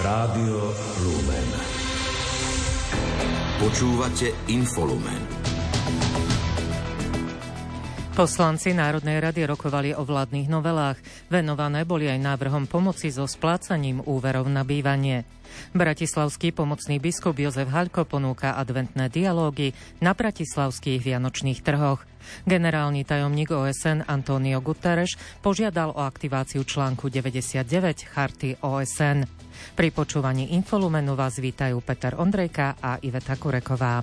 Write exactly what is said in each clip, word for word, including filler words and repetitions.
Rádio Lumen. Počúvate Infolumen. Poslanci Národnej rady rokovali o vládnych novelách. Venované boli aj návrhom pomoci so splácaním úverov na bývanie. Bratislavský pomocný biskup Jozef Haľko ponúka adventné dialógy na bratislavských vianočných trhoch. Generálny tajomník ó es en António Guterres požiadal o aktiváciu článku deväťdesiatdeväť Charty ó es en. Pri počúvaní Infolumenu vás vítajú Peter Ondrejka a Iveta Kureková.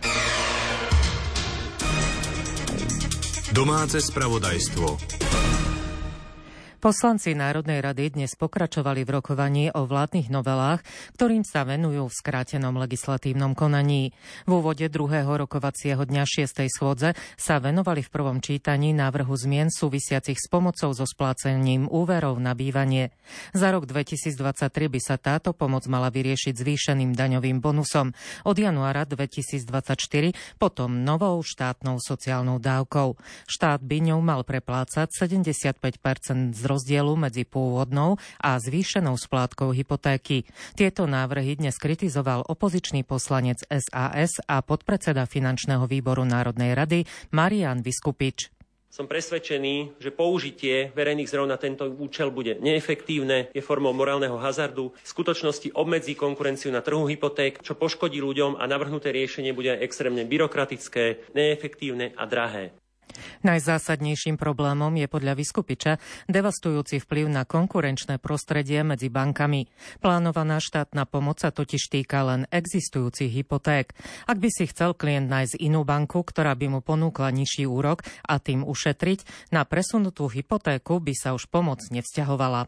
Domáce spravodajstvo. Poslanci Národnej rady dnes pokračovali v rokovaní o vládnych novelách, ktorým sa venujú v skrátenom legislatívnom konaní. V úvode druhého rokovacieho dňa šiestej schôdze sa venovali v prvom čítaní návrhu zmien súvisiacich s pomocou so splácením úverov na bývanie. Za rok dvetisícdvadsaťtri by sa táto pomoc mala vyriešiť zvýšeným daňovým bonusom. Od januára dvetisícdvadsaťštyri potom novou štátnou sociálnou dávkou. Štát by ňou mal preplácať sedemdesiatpäť percent z rozdielu medzi pôvodnou a zvýšenou splátkou hypotéky. Tieto návrhy dnes kritizoval opozičný poslanec es a es a podpredseda finančného výboru Národnej rady Marián Viskupič. Som presvedčený, že použitie verejných zdrojov na tento účel bude neefektívne, je formou morálneho hazardu, v skutočnosti obmedzí konkurenciu na trhu hypoték, čo poškodí ľuďom a navrhnuté riešenie bude aj extrémne byrokratické, neefektívne a drahé. Najzásadnejším problémom je podľa Viskupiča devastujúci vplyv na konkurenčné prostredie medzi bankami. Plánovaná štátna pomoc sa totiž týka len existujúcich hypoték. Ak by si chcel klient nájsť inú banku, ktorá by mu ponúkla nižší úrok a tým ušetriť, na presunutú hypotéku by sa už pomoc nevzťahovala.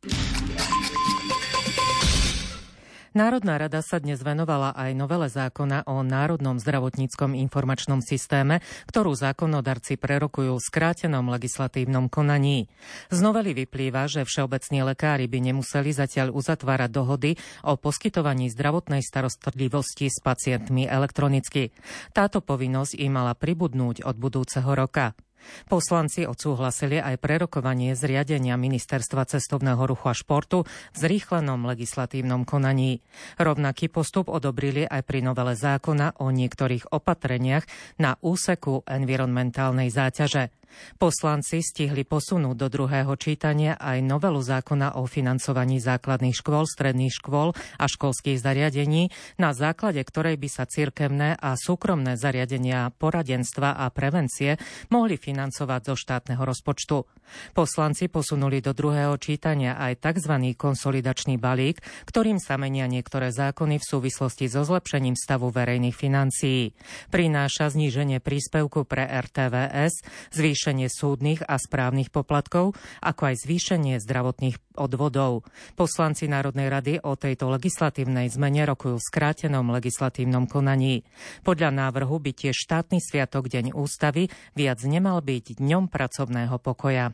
Národná rada sa dnes venovala aj novele zákona o Národnom zdravotníckom informačnom systéme, ktorú zákonodarci prerokujú v skrátenom legislatívnom konaní. Z novely vyplýva, že všeobecní lekári by nemuseli zatiaľ uzatvárať dohody o poskytovaní zdravotnej starostlivosti s pacientmi elektronicky. Táto povinnosť im mala pribudnúť od budúceho roka. Poslanci odsúhlasili aj prerokovanie zriadenia Ministerstva cestovného ruchu a športu v zrýchlenom legislatívnom konaní. Rovnaký postup odobrili aj pri novele zákona o niektorých opatreniach na úseku environmentálnej záťaže. Poslanci stihli posunúť do druhého čítania aj novelu zákona o financovaní základných škôl, stredných škôl a školských zariadení, na základe ktorej by sa cirkevné a súkromné zariadenia poradenstva a prevencie mohli financovať zo štátneho rozpočtu. Poslanci posunuli do druhého čítania aj tzv. Konsolidačný balík, ktorým sa menia niektoré zákony v súvislosti so zlepšením stavu verejných financií. Prináša zníženie príspevku pre er té vé es, zvýšenie súdnych a správnych poplatkov, ako aj zvýšenie zdravotných odvodov. Poslanci Národnej rady o tejto legislatívnej zmene rokujú v skrátenom legislatívnom konaní. Podľa návrhu by tiež štátny sviatok Deň ústavy viac nemal byť dňom pracovného pokoja.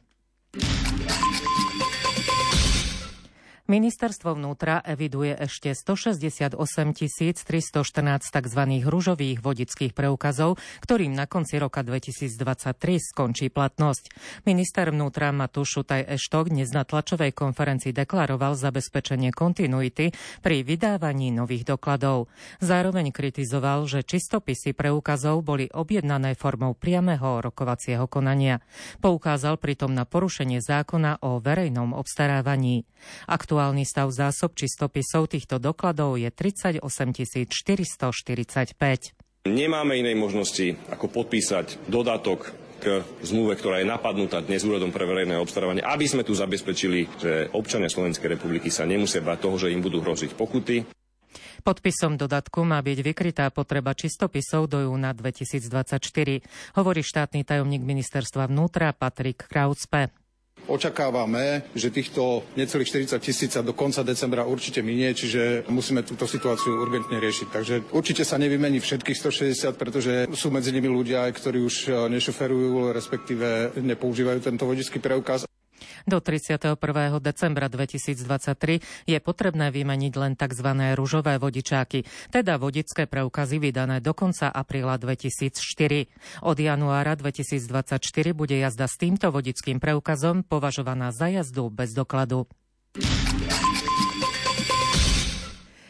Ministerstvo vnútra eviduje ešte stošesťdesiatosem tisíc tristoštrnásť tzv. Ružových vodičských preukazov, ktorým na konci roka dvetisícdvadsaťtri skončí platnosť. Minister vnútra Matúš Šutaj Eštok dnes na tlačovej konferencii deklaroval zabezpečenie kontinuity pri vydávaní nových dokladov. Zároveň kritizoval, že čistopisy preukazov boli objednané formou priameho rokovacieho konania. Poukázal pritom na porušenie zákona o verejnom obstarávaní. Aktuálny stav zásob čistopisov týchto dokladov je tridsaťosem tisíc štyristoštyridsaťpäť. Nemáme inej možnosti, ako podpísať dodatok k zmluve, ktorá je napadnutá dnes úradom pre verejné obstarávanie, aby sme tu zabezpečili, že občania Slovenskej republiky sa nemusia báť toho, že im budú hroziť pokuty. Podpisom dodatku má byť vykrytá potreba čistopisov do júna dvetisícdvadsaťštyri, hovorí štátny tajomník ministerstva vnútra Patrik Kraucpe. Očakávame, že týchto necelých štyridsať tisíc do konca decembra určite minie, čiže musíme túto situáciu urgentne riešiť. Takže určite sa nevymení všetkých stošesťdesiat, pretože sú medzi nimi ľudia, ktorí už nešoferujú, respektíve nepoužívajú tento vodičský preukaz. Do tridsiateho prvého decembra dvetisícdvadsaťtri je potrebné vymeniť len tzv. Ružové vodičáky, teda vodičské preukazy vydané do konca apríla dvetisícštyri. Od januára dvetisícdvadsaťštyri bude jazda s týmto vodičským preukazom považovaná za jazdu bez dokladu.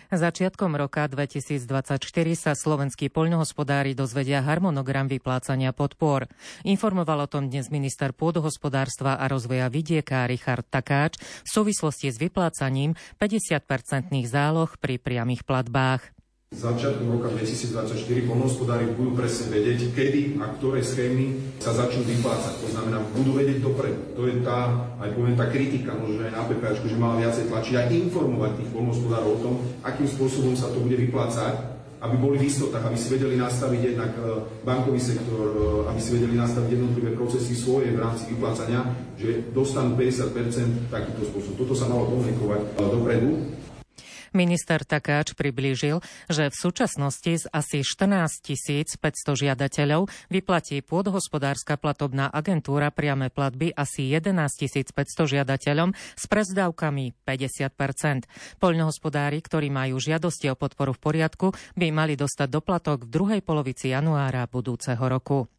Začiatkom roka dvetisícdvadsaťštyri sa slovenskí poľnohospodári dozvedia harmonogram vyplácania podpor. Informoval o tom dnes minister pôdohospodárstva a rozvoja vidieka Richard Takáč v súvislosti s vyplácaním päťdesiatpercentných záloh pri priamych platbách. Začiatkom roka dvetisícdvadsaťštyri poľnohospodári budú presne vedieť, kedy a ktoré schémy sa začnú vyplácať. To znamená, budú vedieť dopredu. To je tá, aj poviem, tá kritika, možno aj na PPAčku, že mala viacej tlačiť a informovať tých poľnohospodárov o tom, akým spôsobom sa to bude vyplácať, aby boli v istotách, aby si vedeli nastaviť jednak bankový sektor, aby si vedeli nastaviť jednotlivé procesy svoje v rámci vyplácania, že dostanú päťdesiat percent takýmto spôsobom. Toto sa malo komunikovať dopredu. Minister Takáč priblížil, že v súčasnosti z asi štrnásťtisícpäťsto žiadateľov vyplatí pôdohospodárska platobná agentúra priame platby asi jedenásťtisícpäťsto žiadateľom s prezdávkami päťdesiat percent. Poľnohospodári, ktorí majú žiadosti o podporu v poriadku, by mali dostať doplatok v druhej polovici januára budúceho roku.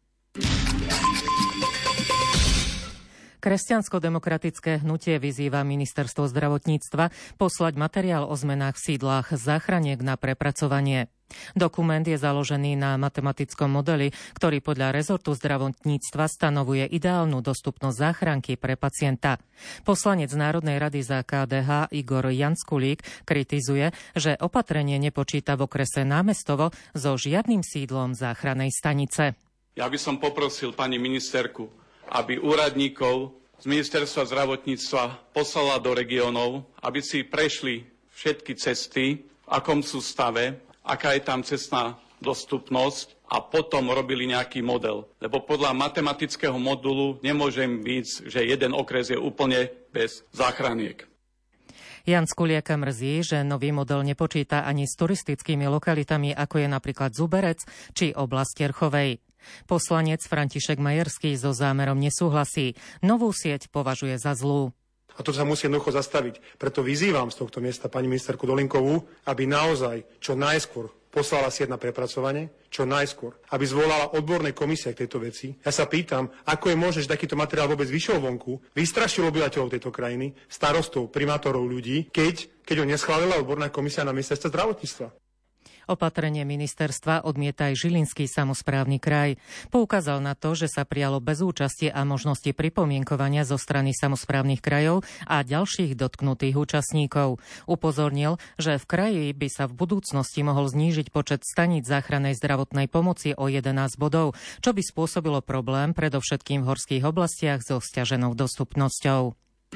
Kresťansko-demokratické hnutie vyzýva ministerstvo zdravotníctva poslať materiál o zmenách v sídlách záchraniek na prepracovanie. Dokument je založený na matematickom modeli, ktorý podľa rezortu zdravotníctva stanovuje ideálnu dostupnosť záchranky pre pacienta. Poslanec Národnej rady za ká dé há Igor Janskulík kritizuje, že opatrenie nepočíta v okrese Námestovo so žiadnym sídlom záchrannej stanice. Ja by som poprosil pani ministerku, aby úradníkov z ministerstva zdravotníctva poslala do regiónov, aby si prešli všetky cesty, v akom sú stave, aká je tam cestná dostupnosť a potom robili nejaký model. Lebo podľa matematického modulu nemôžem byť, že jeden okres je úplne bez záchraniek. Jan Skuliaka mrzí, že nový model nepočíta ani s turistickými lokalitami, ako je napríklad Zuberec či oblasť Terchovej. Poslanec František Majerský so zámerom nesúhlasí. Novú sieť považuje za zlú. A to sa musí jednoducho zastaviť. Preto vyzývam z tohto miesta pani ministerku Dolinkovú, aby naozaj čo najskôr poslala sieť na prepracovanie, čo najskôr, aby zvolala odborné komisie k tejto veci. Ja sa pýtam, ako je možné, že takýto materiál vôbec vyšiel vonku, vystrašil obyvateľov tejto krajiny, starostov, primátorov, ľudí, keď, keď ho neschválila odborná komisia na ministerstve zdravotníctva. Opatrenie ministerstva odmieta aj Žilinský samosprávny kraj. Poukázal na to, že sa prijalo bez účasti a možnosti pripomienkovania zo strany samosprávnych krajov a ďalších dotknutých účastníkov. Upozornil, že v kraji by sa v budúcnosti mohol znížiť počet staníc záchrannej zdravotnej pomoci o jedenásť bodov, čo by spôsobilo problém predovšetkým v horských oblastiach so sťaženou dostupnosťou.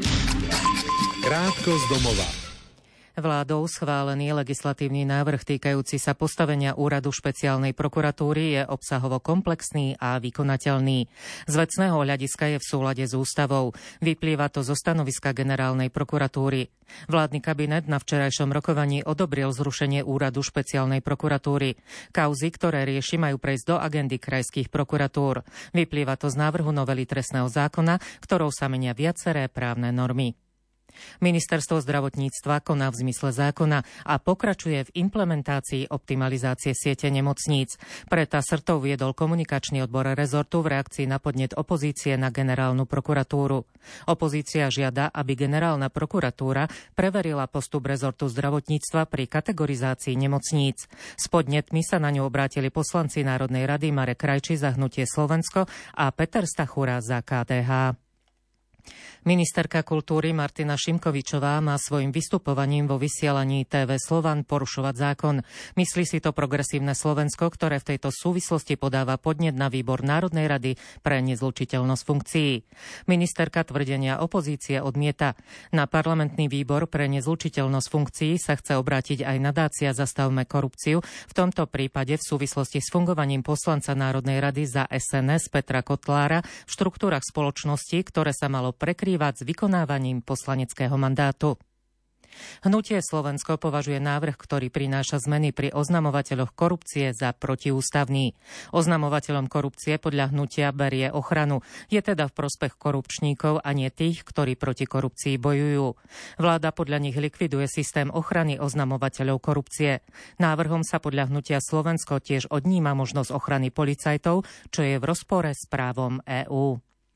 Krátko z domova. Vládou schválený legislatívny návrh týkajúci sa postavenia úradu špeciálnej prokuratúry je obsahovo komplexný a vykonateľný. Z vecného hľadiska je v súlade s ústavou. Vyplýva to zo stanoviska generálnej prokuratúry. Vládny kabinet na včerajšom rokovaní odobril zrušenie úradu špeciálnej prokuratúry. Kauzy, ktoré rieši, majú prejsť do agendy krajských prokuratúr. Vyplýva to z návrhu novely trestného zákona, ktorou sa menia viaceré právne normy. Ministerstvo zdravotníctva koná v zmysle zákona a pokračuje v implementácii optimalizácie siete nemocníc. Pre TASRtov viedol komunikačný odbor rezortu v reakcii na podnet opozície na generálnu prokuratúru. Opozícia žiada, aby generálna prokuratúra preverila postup rezortu zdravotníctva pri kategorizácii nemocníc. S podnetmi sa na ňu obrátili poslanci Národnej rady Marek Krajčí za Hnutie Slovensko a Peter Stachura za ká dé há. Ministerka kultúry Martina Šimkovičová má svojim vystupovaním vo vysielaní té vé Slovan porušovať zákon. Myslí si to Progresívne Slovensko, ktoré v tejto súvislosti podáva podnet na výbor Národnej rady pre nezlučiteľnosť funkcií. Ministerka tvrdenia opozície odmieta. Na parlamentný výbor pre nezlučiteľnosť funkcií sa chce obrátiť aj nadácia Zastavme korupciu, v tomto prípade v súvislosti s fungovaním poslanca Národnej rady za es en es Petra Kotlára v štruktúrach spoločnosti, ktoré sa malo prekrývať s vykonávaním poslaneckého mandátu. Hnutie Slovensko považuje návrh, ktorý prináša zmeny pri oznamovateľoch korupcie, za protiústavný. Oznamovateľom korupcie podľa hnutia berie ochranu. Je teda v prospech korupčníkov a nie tých, ktorí proti korupcii bojujú. Vláda podľa nich likviduje systém ochrany oznamovateľov korupcie. Návrhom sa podľa hnutia Slovensko tiež odníma možnosť ochrany policajtov, čo je v rozpore s právom EÚ.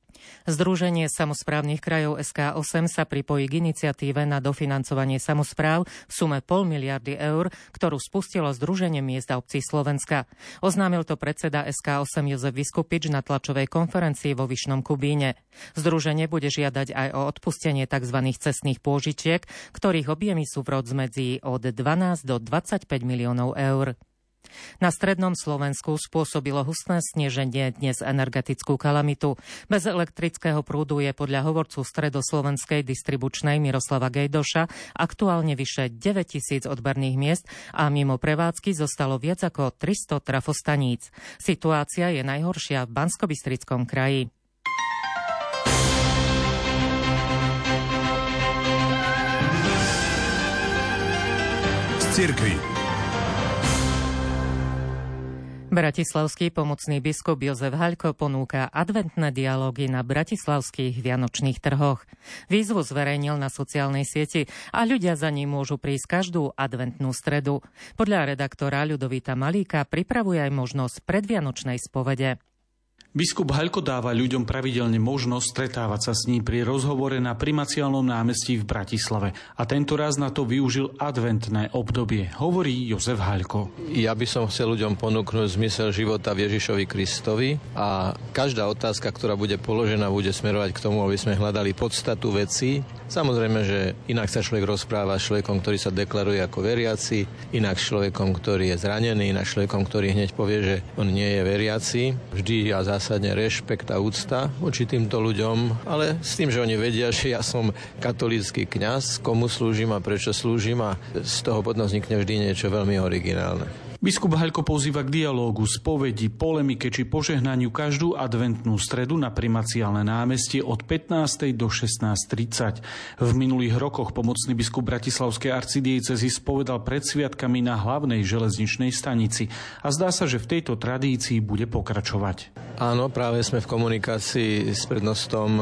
Združenie samosprávnych krajov es ká osem sa pripojí k iniciatíve na dofinancovanie samospráv v sume pol miliardy eur, ktorú spustilo Združenie miest a obcí Slovenska. Oznámil to predseda es ká osem Jozef Viskupič na tlačovej konferencii vo Vyšnom Kubíne. Združenie bude žiadať aj o odpustenie tzv. Cestných pôžičiek, ktorých objemy sú v rozmedzi od dvanásť do dvadsaťpäť miliónov eur. Na strednom Slovensku spôsobilo hustné sneženie dnes energetickú kalamitu. Bez elektrického prúdu je podľa hovorcu stredoslovenskej distribučnej Miroslava Gejdoša aktuálne vyše deväťtisíc odberných miest a mimo prevádzky zostalo viac ako tristo trafostaníc. Situácia je najhoršia v Banskobystrickom kraji. Z cirkvi. Bratislavský pomocný biskup Jozef Haľko ponúka adventné dialógy na bratislavských vianočných trhoch. Výzvu zverejnil na sociálnej sieti a ľudia za ním môžu prísť každú adventnú stredu. Podľa redaktora Ľudovíta Malíka pripravuje aj možnosť predvianočnej spovede. Biskup Haľko dáva ľuďom pravidelne možnosť stretávať sa s ním pri rozhovore na Primaciálnom námestí v Bratislave. A tento raz na to využil adventné obdobie, hovorí Jozef Haľko. Ja by som chcel ľuďom ponúknuť zmysel života v Ježišovi Kristovi a každá otázka, ktorá bude položená, bude smerovať k tomu, aby sme hľadali podstatu veci. Samozrejme, že inak sa človek rozpráva s človekom, ktorý sa deklaruje ako veriaci, inak s človekom, ktorý je zranený, inak s človekom, ktorý hneď povie, že on nie je veriaci. Vždy ja zásadne rešpekt a úcta voči týmto ľuďom, ale s tým, že oni vedia, že ja som katolícky kňaz, komu slúžim a prečo slúžim a z toho potom vznikne vždy niečo veľmi originálne. Biskup Haľko pozýva k dialógu, spovedi, polemike či požehnaniu každú adventnú stredu na Primaciálne námestie od pätnástej do šestnásť tridsať. V minulých rokoch pomocný biskup bratislavskej arcidiecézy spovedal pred sviatkami na hlavnej železničnej stanici a zdá sa, že v tejto tradícii bude pokračovať. Áno, práve sme v komunikácii s prednostom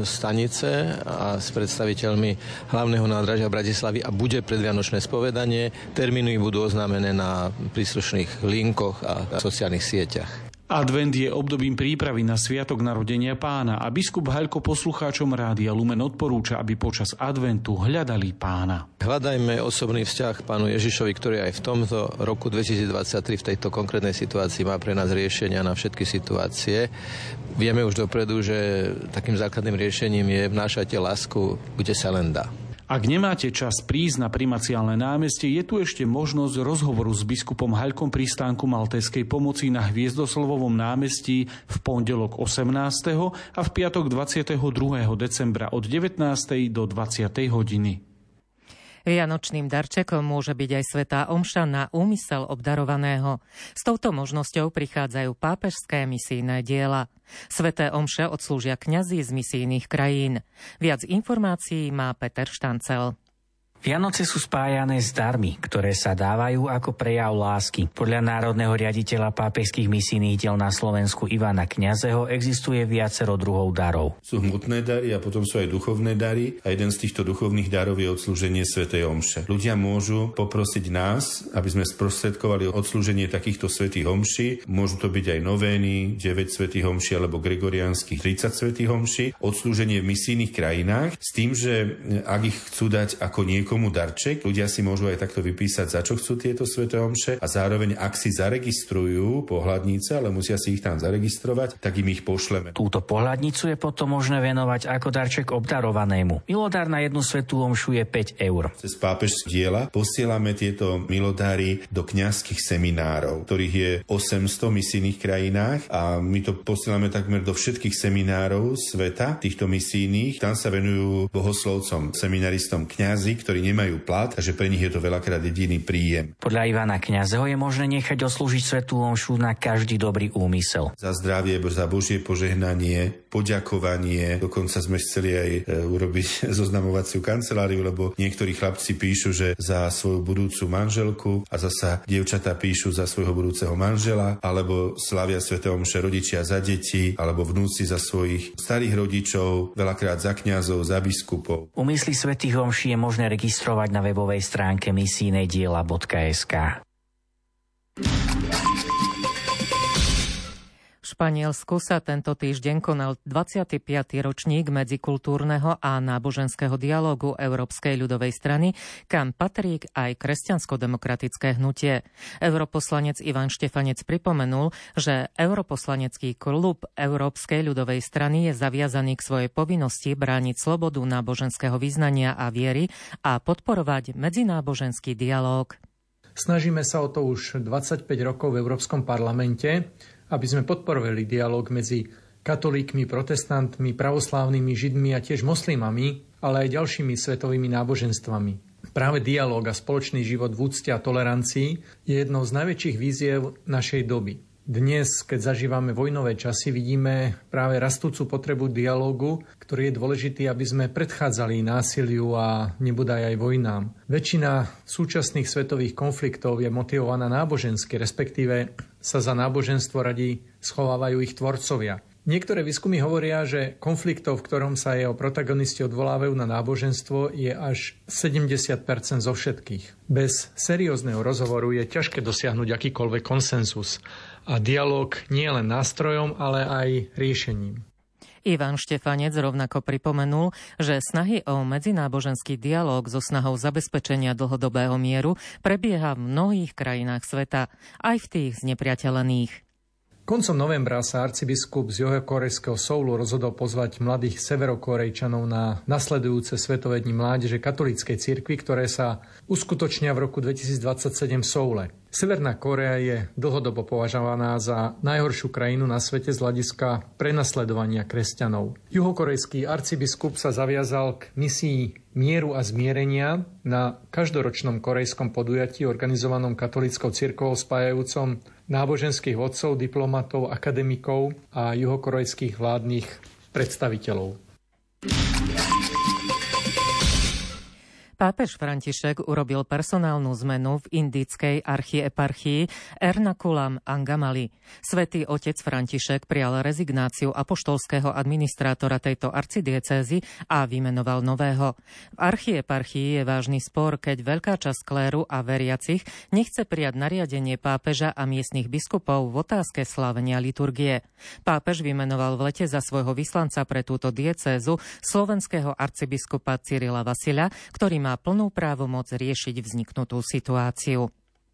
stanice a s predstaviteľmi hlavného nádražia Bratislavy a bude predvianočné spovedanie. Termíny budú oznámené na príslušných linkoch a sociálnych sieťach. Advent je obdobím prípravy na sviatok narodenia Pána a biskup Haľko poslucháčom Rádia Lumen odporúča, aby počas adventu hľadali Pána. Hľadajme osobný vzťah Pánu Ježišovi, ktorý aj v tomto roku dvetisícdvadsaťtri v tejto konkrétnej situácii má pre nás riešenia na všetky situácie. Vieme už dopredu, že takým základným riešením je vnášajte lásku, kde sa len dá. Ak nemáte čas prísť na Primaciálne námestie, je tu ešte možnosť rozhovoru s biskupom Haľkom pri stánku Maltéskej pomoci na Hviezdoslovovom námestí v pondelok osemnásteho a v piatok dvadsiateho druhého decembra od devätnástej do dvadsiatej hodiny. Vianočným darčekom môže byť aj svätá omša na úmysel obdarovaného. S touto možnosťou prichádzajú pápežské misijné diela. Sväté omše odslúžia kňazi z misijných krajín. Viac informácií má Peter Štancel. Vianoce sú spájané s darmi, ktoré sa dávajú ako prejav lásky. Podľa národného riaditeľa pápežských misijných diel na Slovensku Ivana Kňazeho existuje viacero druhov darov. Sú hmotné dary a potom sú aj duchovné dary a jeden z týchto duchovných darov je odslúženie svätej omše. Ľudia môžu poprosiť nás, aby sme sprostredkovali odslúženie takýchto svätých omší. Môžu to byť aj novény, deväť svätých omší alebo gregoriánskych tridsať svätých omší. Odslúženie v misijných krajinách s tým, že ak ich chcú dať ako niekomu komu darček. Ľudia si môžu aj takto vypísať, za čo chcú tieto sväté omše a zároveň, ak si zaregistrujú pohľadnice, ale musia si ich tam zaregistrovať, tak im ich pošleme. Túto pohľadnicu je potom možné venovať ako darček obdarovanému. Milodár na jednu svätú omšu je päť eur. Cez pápežské diela posielame tieto milodáry do kňazských seminárov, ktorých je osemsto v misijných krajinách a my to posielame takmer do všetkých seminárov sveta, týchto misijných. Tam sa venujú bohoslovcom, seminaristom kňazi, ktorí nemajú plat, takže pre nich je to veľakrát jediný príjem. Podľa Ivana Kňazeho je možné nechať oslúžiť svätú omšu na každý dobrý úmysel. Za zdravie, za Božie požehnanie, poďakovanie. Dokonca sme chceli aj e, urobiť zoznamovaciu kanceláriu, lebo niektorí chlapci píšu, že za svoju budúcu manželku a zasa dievčatá píšu za svojho budúceho manžela, alebo slavia sväté omše rodičia za deti, alebo vnúci za svojich starých rodičov, veľakrát za kňazov, za biskupov. Úmysly svätých omší je možné registrovať na webovej stránke misijnediela bodka es ká. V Španielsku sa tento týždeň konal dvadsiaty piaty ročník medzikultúrneho a náboženského dialógu Európskej ľudovej strany, kam patrí aj kresťansko-demokratické hnutie. Europoslanec Ivan Štefanec pripomenul, že Europoslanecký klub Európskej ľudovej strany je zaviazaný k svojej povinnosti brániť slobodu náboženského vyznania a viery a podporovať medzináboženský dialóg. Snažíme sa o to už dvadsaťpäť rokov v Európskom parlamente, aby sme podporovali dialóg medzi katolíkmi, protestantmi, pravoslávnymi, židmi a tiež moslimami, ale aj ďalšími svetovými náboženstvami. Práve dialóg a spoločný život v úcte a tolerancii je jednou z najväčších víziev našej doby. Dnes, keď zažívame vojnové časy, vidíme práve rastúcu potrebu dialógu, ktorý je dôležitý, aby sme predchádzali násiliu a nebodaj aj vojnám. Väčšina súčasných svetových konfliktov je motivovaná nábožensky, respektíve sa za náboženstvo radi schovávajú ich tvorcovia. Niektoré výskumy hovoria, že konfliktov, v ktorom sa jeho protagonisti odvolávajú na náboženstvo, je až sedemdesiat percent zo všetkých. Bez seriózneho rozhovoru je ťažké dosiahnuť akýkoľvek konsenzus. A dialóg nie je len nástrojom, ale aj riešením. Ivan Štefanec rovnako pripomenul, že snahy o medzináboženský dialóg so snahou zabezpečenia dlhodobého mieru prebieha v mnohých krajinách sveta, aj v tých znepriateľených. Koncom novembra sa arcibiskup z juhokorejského Soulu rozhodol pozvať mladých severokorejčanov na nasledujúce Svetové dni mládeže katolíckej cirkvi, ktoré sa uskutočnia v roku dvetisícdvadsaťsedem v Soule. Severná Kórea je dlhodobo považovaná za najhoršiu krajinu na svete z hľadiska prenasledovania kresťanov. Juhokorejský arcibiskup sa zaviazal k misii mieru a zmierenia na každoročnom korejskom podujatí organizovanom katolíckou cirkvou spájajúcom náboženských vodcov, diplomatov, akademikov a juhokorejských vládnych predstaviteľov. Pápež František urobil personálnu zmenu v indickej archieparchii Ernakulam Angamali. Svätý otec František prijal rezignáciu apoštolského administrátora tejto arcidiecézy a vymenoval nového. V archieparchii je vážny spor, keď veľká časť kléru a veriacich nechce prijať nariadenie pápeža a miestnych biskupov v otázke slávenia liturgie. Pápež vymenoval v lete za svojho vyslanca pre túto diecézu slovenského arcibiskupa Cyrila Vasila, ktorý má plnú právomoc riešiť vzniknutú situáciu.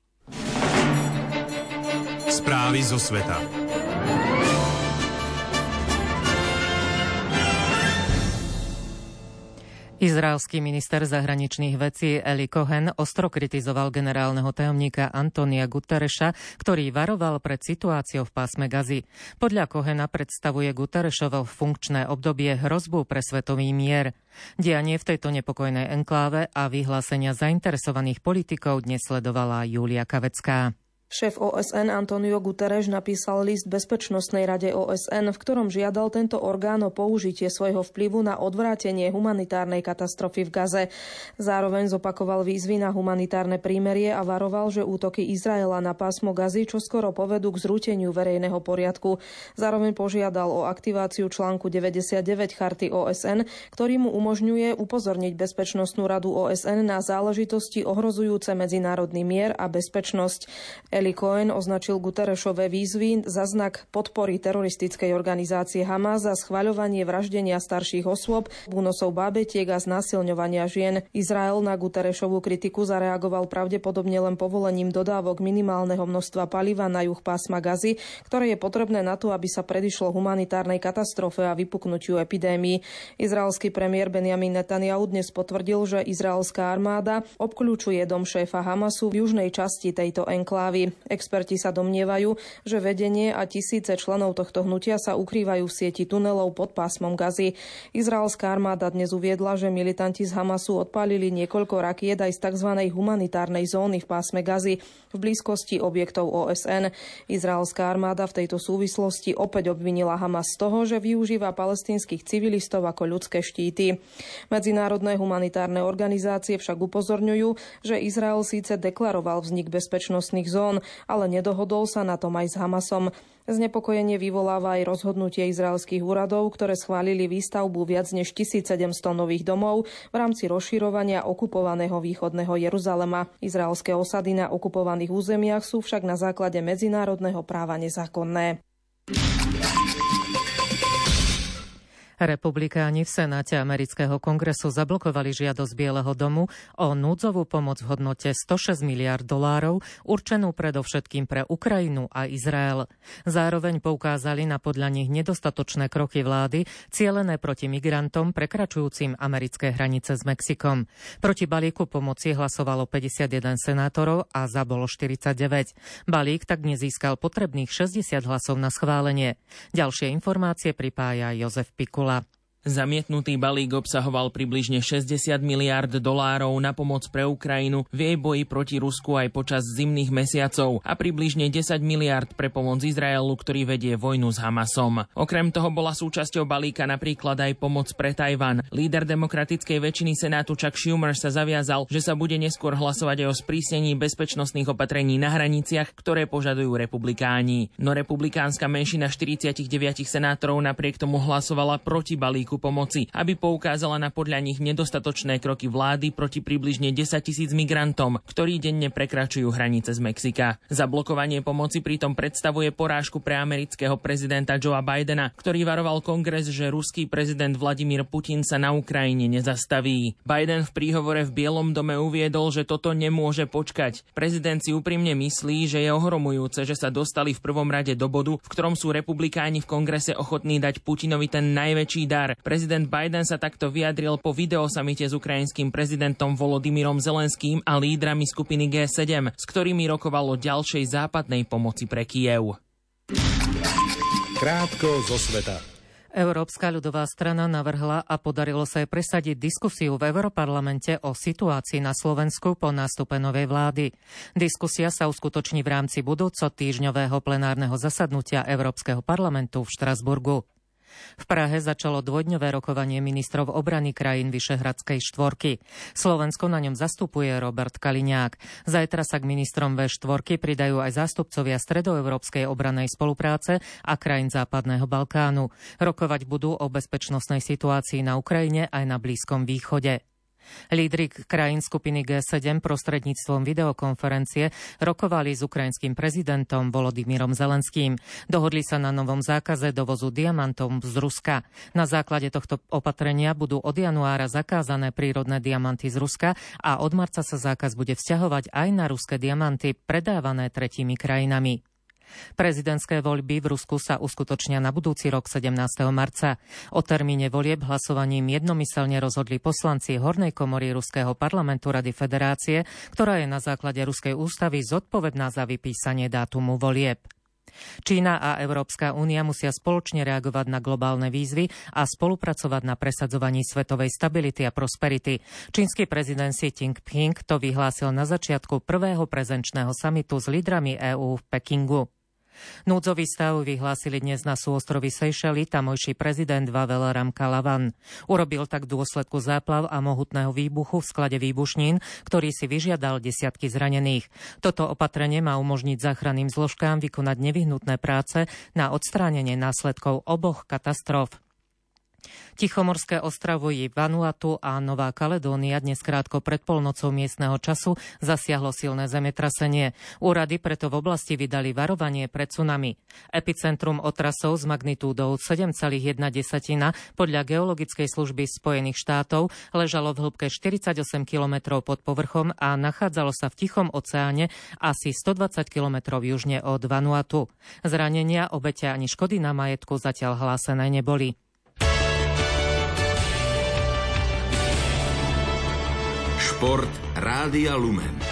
Správy zo sveta. Izraelský minister zahraničných vecí Eli Cohen ostro kritizoval generálneho tajomníka Antonia Gutereša, ktorý varoval pred situáciou v pásme Gazy. Podľa Cohena predstavuje Guterešovo funkčné obdobie hrozbu pre svetový mier. Dianie v tejto nepokojnej enkláve a vyhlásenia zainteresovaných politikov dnes sledovala Júlia Kavecká. Šéf ó es en Antonio Guterres napísal list Bezpečnostnej rade ó es en, v ktorom žiadal tento orgán o použitie svojho vplyvu na odvrátenie humanitárnej katastrofy v Gaze. Zároveň zopakoval výzvy na humanitárne prímerie a varoval, že útoky Izraela na pásmo Gazy čoskoro povedú k zrúteniu verejného poriadku. Zároveň požiadal o aktiváciu článku deväťdesiatdeväť Charty ó es en, ktorý mu umožňuje upozorniť Bezpečnostnú radu ó es en na záležitosti ohrozujúce medzinárodný mier a bezpečnosť. Eli Cohen označil Guterešové výzvy za znak podpory teroristickej organizácie Hamas za schvaľovanie vraždenia starších osôb, únosov bábetiek a znásilňovania žien. Izrael na Guterešovú kritiku zareagoval pravdepodobne len povolením dodávok minimálneho množstva paliva na juh pásma Gazy, ktoré je potrebné na to, aby sa predišlo humanitárnej katastrofe a vypuknutiu epidémii. Izraelský premiér Benjamin Netanjahu dnes potvrdil, že izraelská armáda obkľúčuje dom šéfa Hamasu v južnej časti tejto enklávy. Experti sa domnievajú, že vedenie a tisíce členov tohto hnutia sa ukrývajú v sieti tunelov pod pásmom Gazy. Izraelská armáda dnes uviedla, že militanti z Hamasu odpálili niekoľko rakiet aj z tzv. Humanitárnej zóny v pásme Gazy v blízkosti objektov ó es en. Izraelská armáda v tejto súvislosti opäť obvinila Hamas z toho, že využíva palestínskych civilistov ako ľudské štíty. Medzinárodné humanitárne organizácie však upozorňujú, že Izrael síce deklaroval vznik bezpečnostných zón, ale nedohodol sa na tom aj s Hamasom. Znepokojenie vyvoláva aj rozhodnutie izraelských úradov, ktoré schválili výstavbu viac než tisícsedemsto nových domov v rámci rozširovania okupovaného východného Jeruzalema. Izraelské osady na okupovaných územiach sú však na základe medzinárodného práva nezákonné. Republikáni v Senáte amerického kongresu zablokovali žiadosť Bieleho domu o núdzovú pomoc v hodnote sto šesť miliárd dolárov, určenú predovšetkým pre Ukrajinu a Izrael. Zároveň poukázali na podľa nich nedostatočné kroky vlády cielené proti migrantom prekračujúcim americké hranice s Mexikom. Proti balíku pomoci hlasovalo päťdesiatjeden senátorov a za bolo štyridsaťdeväť. Balík tak nezískal potrebných šesťdesiat hlasov na schválenie. Ďalšie informácie pripája Jozef Pikula. Zamietnutý balík obsahoval približne šesťdesiat miliárd dolárov na pomoc pre Ukrajinu v jej boji proti Rusku aj počas zimných mesiacov a približne desať miliárd pre pomoc Izraelu, ktorý vedie vojnu s Hamasom. Okrem toho bola súčasťou balíka napríklad aj pomoc pre Tajvan. Líder demokratickej väčšiny Senátu Chuck Schumer sa zaviazal, že sa bude neskôr hlasovať aj o sprísnení bezpečnostných opatrení na hraniciach, ktoré požadujú republikáni. No republikánska menšina štyridsaťdeväť senátorov napriek tomu hlasovala proti balíku pomoci, aby poukázala na podľa nich nedostatočné kroky vlády proti približne desaťtisíc migrantom, ktorí denne prekračujú hranice z Mexika. Zablokovanie pomoci pritom predstavuje porážku pre amerického prezidenta Joea Bidena, ktorý varoval kongres, že ruský prezident Vladimír Putin sa na Ukrajine nezastaví. Biden v príhovore v Bielom dome uviedol, že toto nemôže počkať. Prezident si úprimne myslí, že je ohromujúce, že sa dostali v prvom rade do bodu, v ktorom sú republikáni v kongrese ochotní dať Putinovi ten najväčší dar. Prezident Biden sa takto vyjadril po videosamite s ukrajinským prezidentom Volodymyrom Zelenským a lídrami skupiny gé sedem, s ktorými rokovalo ďalšej západnej pomoci pre Kyjev. Krátko zo sveta. Európska ľudová strana navrhla a podarilo sa jej presadiť diskusiu v Europarlamente o situácii na Slovensku po nástupe novej vlády. Diskusia sa uskutoční v rámci budúco týždňového plenárneho zasadnutia Európskeho parlamentu v Štrasburgu. V Prahe začalo dvojdňové rokovanie ministrov obrany krajín Vyšehradskej štvorky. Slovensko na ňom zastupuje Robert Kaliňák. Zajtra sa k ministrom vé štyri pridajú aj zástupcovia stredoeurópskej obrannej spolupráce a krajín Západného Balkánu. Rokovať budú o bezpečnostnej situácii na Ukrajine aj na Blízkom východe. Lídri krajín skupiny gé sedem prostredníctvom videokonferencie rokovali s ukrajinským prezidentom Volodymyrom Zelenským. Dohodli sa na novom zákaze dovozu diamantov z Ruska. Na základe tohto opatrenia budú od januára zakázané prírodné diamanty z Ruska a od marca sa zákaz bude vzťahovať aj na ruské diamanty predávané tretími krajinami. Prezidentské voľby v Rusku sa uskutočnia na budúci rok sedemnásteho marca. O termíne volieb hlasovaním jednomyselne rozhodli poslanci Hornej komory Ruského parlamentu Rady Federácie, ktorá je na základe Ruskej ústavy zodpovedná za vypísanie dátumu volieb. Čína a Európska únia musia spoločne reagovať na globálne výzvy a spolupracovať na presadzovaní svetovej stability a prosperity. Čínsky prezident Xi Jinping to vyhlásil na začiatku prvého prezenčného samitu s lídrami EÚ v Pekingu. Núdzový stav vyhlásili dnes na súostrovi Seychely tamojší prezident Vavel Ramkalawan. Urobil tak v dôsledku záplav a mohutného výbuchu v sklade výbušnín, ktorý si vyžiadal desiatky zranených. Toto opatrenie má umožniť záchranným zložkám vykonať nevyhnutné práce na odstránenie následkov oboch katastrof. Tichomorské ostrovy Vanuatu a Nová Kaledónia dnes krátko pred polnocou miestneho času zasiahlo silné zemetrasenie. Úrady preto v oblasti vydali varovanie pred tsunami. Epicentrum otrasov s magnitúdou sedem celá jedna podľa Geologickej služby Spojených štátov ležalo v hĺbke štyridsaťosem kilometrov pod povrchom a nachádzalo sa v Tichom oceáne asi stodvadsať kilometrov južne od Vanuatu. Zranenia, obete ani škody na majetku zatiaľ hlásené neboli. Šport Rádia Lumen.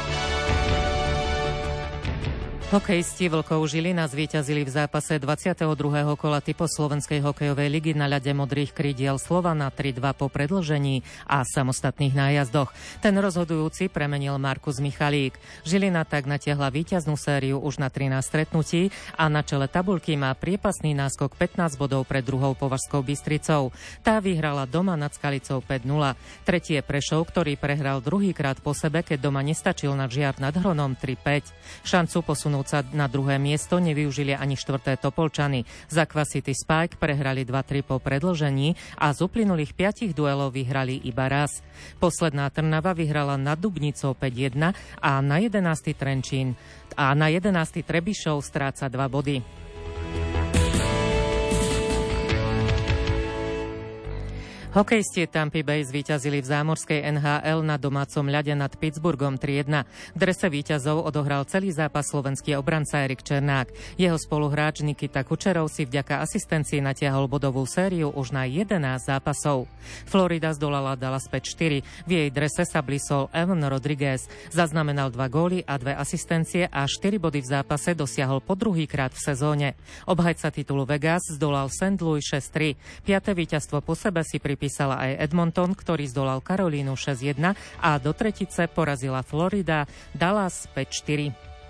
Hokejisti Vlkov Žilina zvíťazili v zápase dvadsiateho druhého kola typo Slovenskej hokejovej ligy na ľade modrých krídiel Slovana tri dva po predĺžení a samostatných nájazdoch. Ten rozhodujúci premenil Markus Michalík. Žilina tak natiahla víťaznú sériu už na trinásť stretnutí a na čele tabuľky má priepasný náskok pätnásť bodov pred druhou Považskou Bystricou. Tá vyhrala doma nad Skalicou päť nula. Tretie Prešov, ktorý prehral druhýkrát po sebe, keď doma nestačil na Žiar nad Hronom tri päť. Šancu posunúť sa na druhé miesto nevyužili ani štvrté Topolčany. Za City Spike prehrali dva tri po predĺžení a z uplynulých piatich duelov vyhrali iba raz. Posledná Trnava vyhrala nad Dubnicou päť jedna a na jedenásty Trenčín a na jedenásty Trebišov stráca dva body. Hokejisti Tampa Bay zvíťazili v zámorskej en há el na domácom ľade nad Pittsburghom tri jedna. V drese víťazov odohral celý zápas slovenský obranca Erik Černák. Jeho spoluhráč Nikita Kučerov si vďaka asistencii natiahol bodovú sériu už na jedenásť zápasov. Florida zdolala Dallas päť štyri. V jej drese sa blisol Evan Rodriguez. Zaznamenal dva góly a dve asistencie a štyri body v zápase dosiahol po druhýkrát v sezóne. Obhajca titulu Vegas zdolal Saint Louis šesť tri. Piate víťazstvo po sebe si pripísala aj Edmonton, ktorý zdolal Karolínu šesť jedna a do tretice porazila Florida Dallas päť štyri.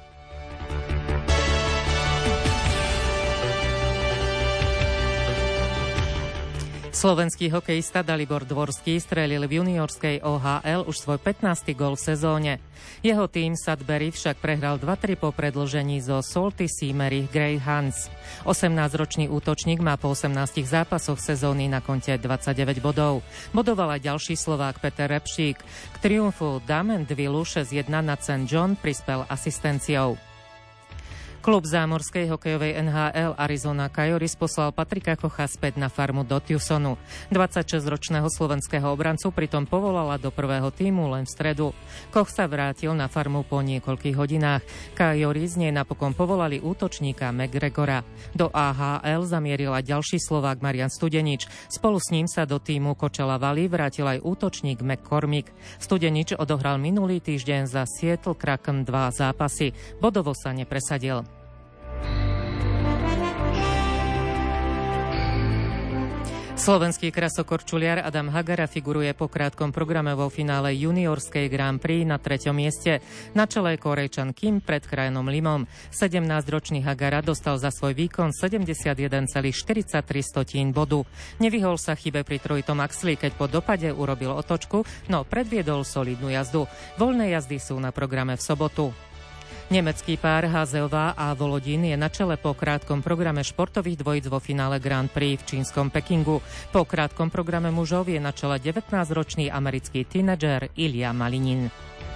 Slovenský hokejista Dalibor Dvorský strelil v juniorskej ó há el už svoj pätnásty gól v sezóne. Jeho tým Sudbury však prehral dva tri po predĺžení zo Salty Seamery Greyhounds. osemnásťročný útočník má po osemnástich zápasoch sezóny na konte dvadsaťdeväť bodov. Bodoval aj ďalší Slovák Peter Repšík. K triumfu Damendvillu šesť jedna nad Saint John prispel asistenciou. Klub zámorskej hokejovej en há el Arizona Coyotes poslal Patrika Kocha späť na farmu do Tucsonu. dvadsaťšesťročného slovenského obrancu pritom povolala do prvého tímu len v stredu. Koch sa vrátil na farmu po niekoľkých hodinách. Coyotes z nej napokon povolali útočníka McGregora. Do á há el zamierila ďalší Slovák Marian Studenič. Spolu s ním sa do tímu Coachella Valley vrátil aj útočník McCormick. Studenič odohral minulý týždeň za Seattle Kraken dva zápasy. Bodovo sa nepresadil. Slovenský krasokorčuliar Adam Hagara figuruje po krátkom programe vo finále juniorskej Grand Prix na treťom mieste. Na čele je Korejčan Kim pred krajanom Limom. sedemnásťročný Hagara dostal za svoj výkon sedemdesiatjeden celá štyridsaťtri bodu. Nevyhol sa chybe pri trojitom axli, keď po dopade urobil otočku, no predviedol solidnú jazdu. Voľné jazdy sú na programe v sobotu. Nemecký pár Hazeová a Volodín je na čele po krátkom programe športových dvojíc vo finále Grand Prix v čínskom Pekingu. Po krátkom programe mužov je na čele devätnásťročný americký tínedžer Ilja Malinin.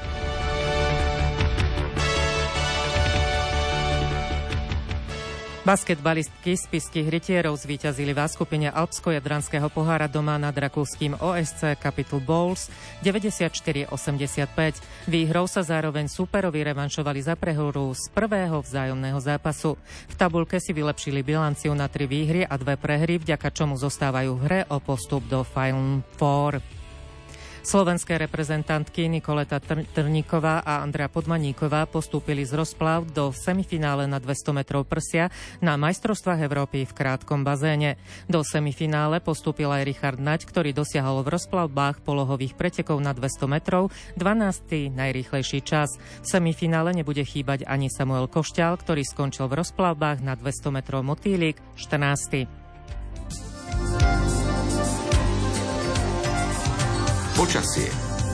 Basketbalistky z Spišských rytierov zvíťazili v skupine Alpsko-Jadranského pohára doma nad rakúskym ó es cé Capital Bowls deväťdesiatštyri osemdesiatpäť. Výhrou sa zároveň súperovi revanšovali za prehru z prvého vzájomného zápasu. V tabuľke si vylepšili bilanciu na tri výhry a dve prehry, vďaka čomu zostávajú v hre o postup do Final Four. Slovenské reprezentantky Nikoleta Trníková a Andrea Podmaníková postúpili z rozplav do semifinále na dvesto metrov prsia na majstrovstvách Európy v krátkom bazéne. Do semifinále postúpil aj Richard Naď, ktorý dosiahol v rozplavbách polohových pretekov na dvesto metrov dvanásty najrýchlejší čas. V semifinále nebude chýbať ani Samuel Košťal, ktorý skončil v rozplavbách na dvesto metrov motýlik štrnásty. Počasie.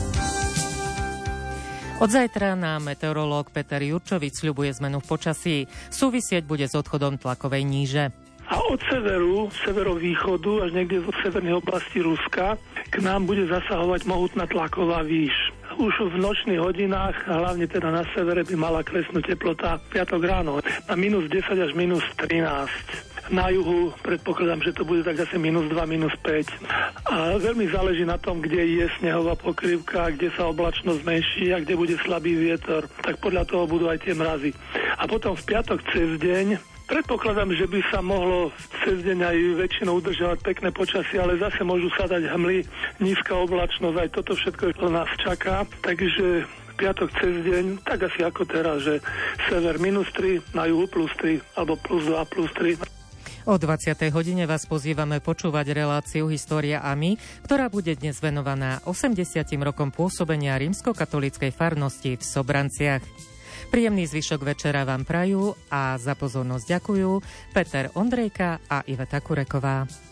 Od zajtra nám meteorológ Peter Jurčovič sľubuje zmenu v počasí. Súvisieť bude s odchodom tlakovej níže. A od severu, severovýchodu až niekde v severnej oblasti Ruska k nám bude zasahovať mohutná tlaková výš. Už v nočných hodinách, hlavne teda na severe, by mala klesnúť teplota piatok ráno na minus desať až minus trinásť. Na juhu predpokladám, že to bude tak asi minus dva, minus päť. A veľmi záleží na tom, kde je snehová pokrývka, kde sa oblačnosť zmenší a kde bude slabý vietor. Tak podľa toho budú aj tie mrazy. A potom v piatok cez deň predpokladám, že by sa mohlo cez deň aj väčšinou udržovať pekné počasie, ale zase môžu sadať hmly, nízka oblačnosť, aj toto všetko nás čaká. Takže piatok cez deň, tak asi ako teraz, že sever minus tri, na juhu plus tri, alebo plus dva, plus tri. O dvadsiatej hodine vás pozývame počúvať reláciu História a my, ktorá bude dnes venovaná osemdesiatim rokom pôsobenia rímskokatolíckej farnosti v Sobranciach. Príjemný zvyšok večera vám prajú a za pozornosť ďakujú Peter Ondrejka a Iveta Kureková.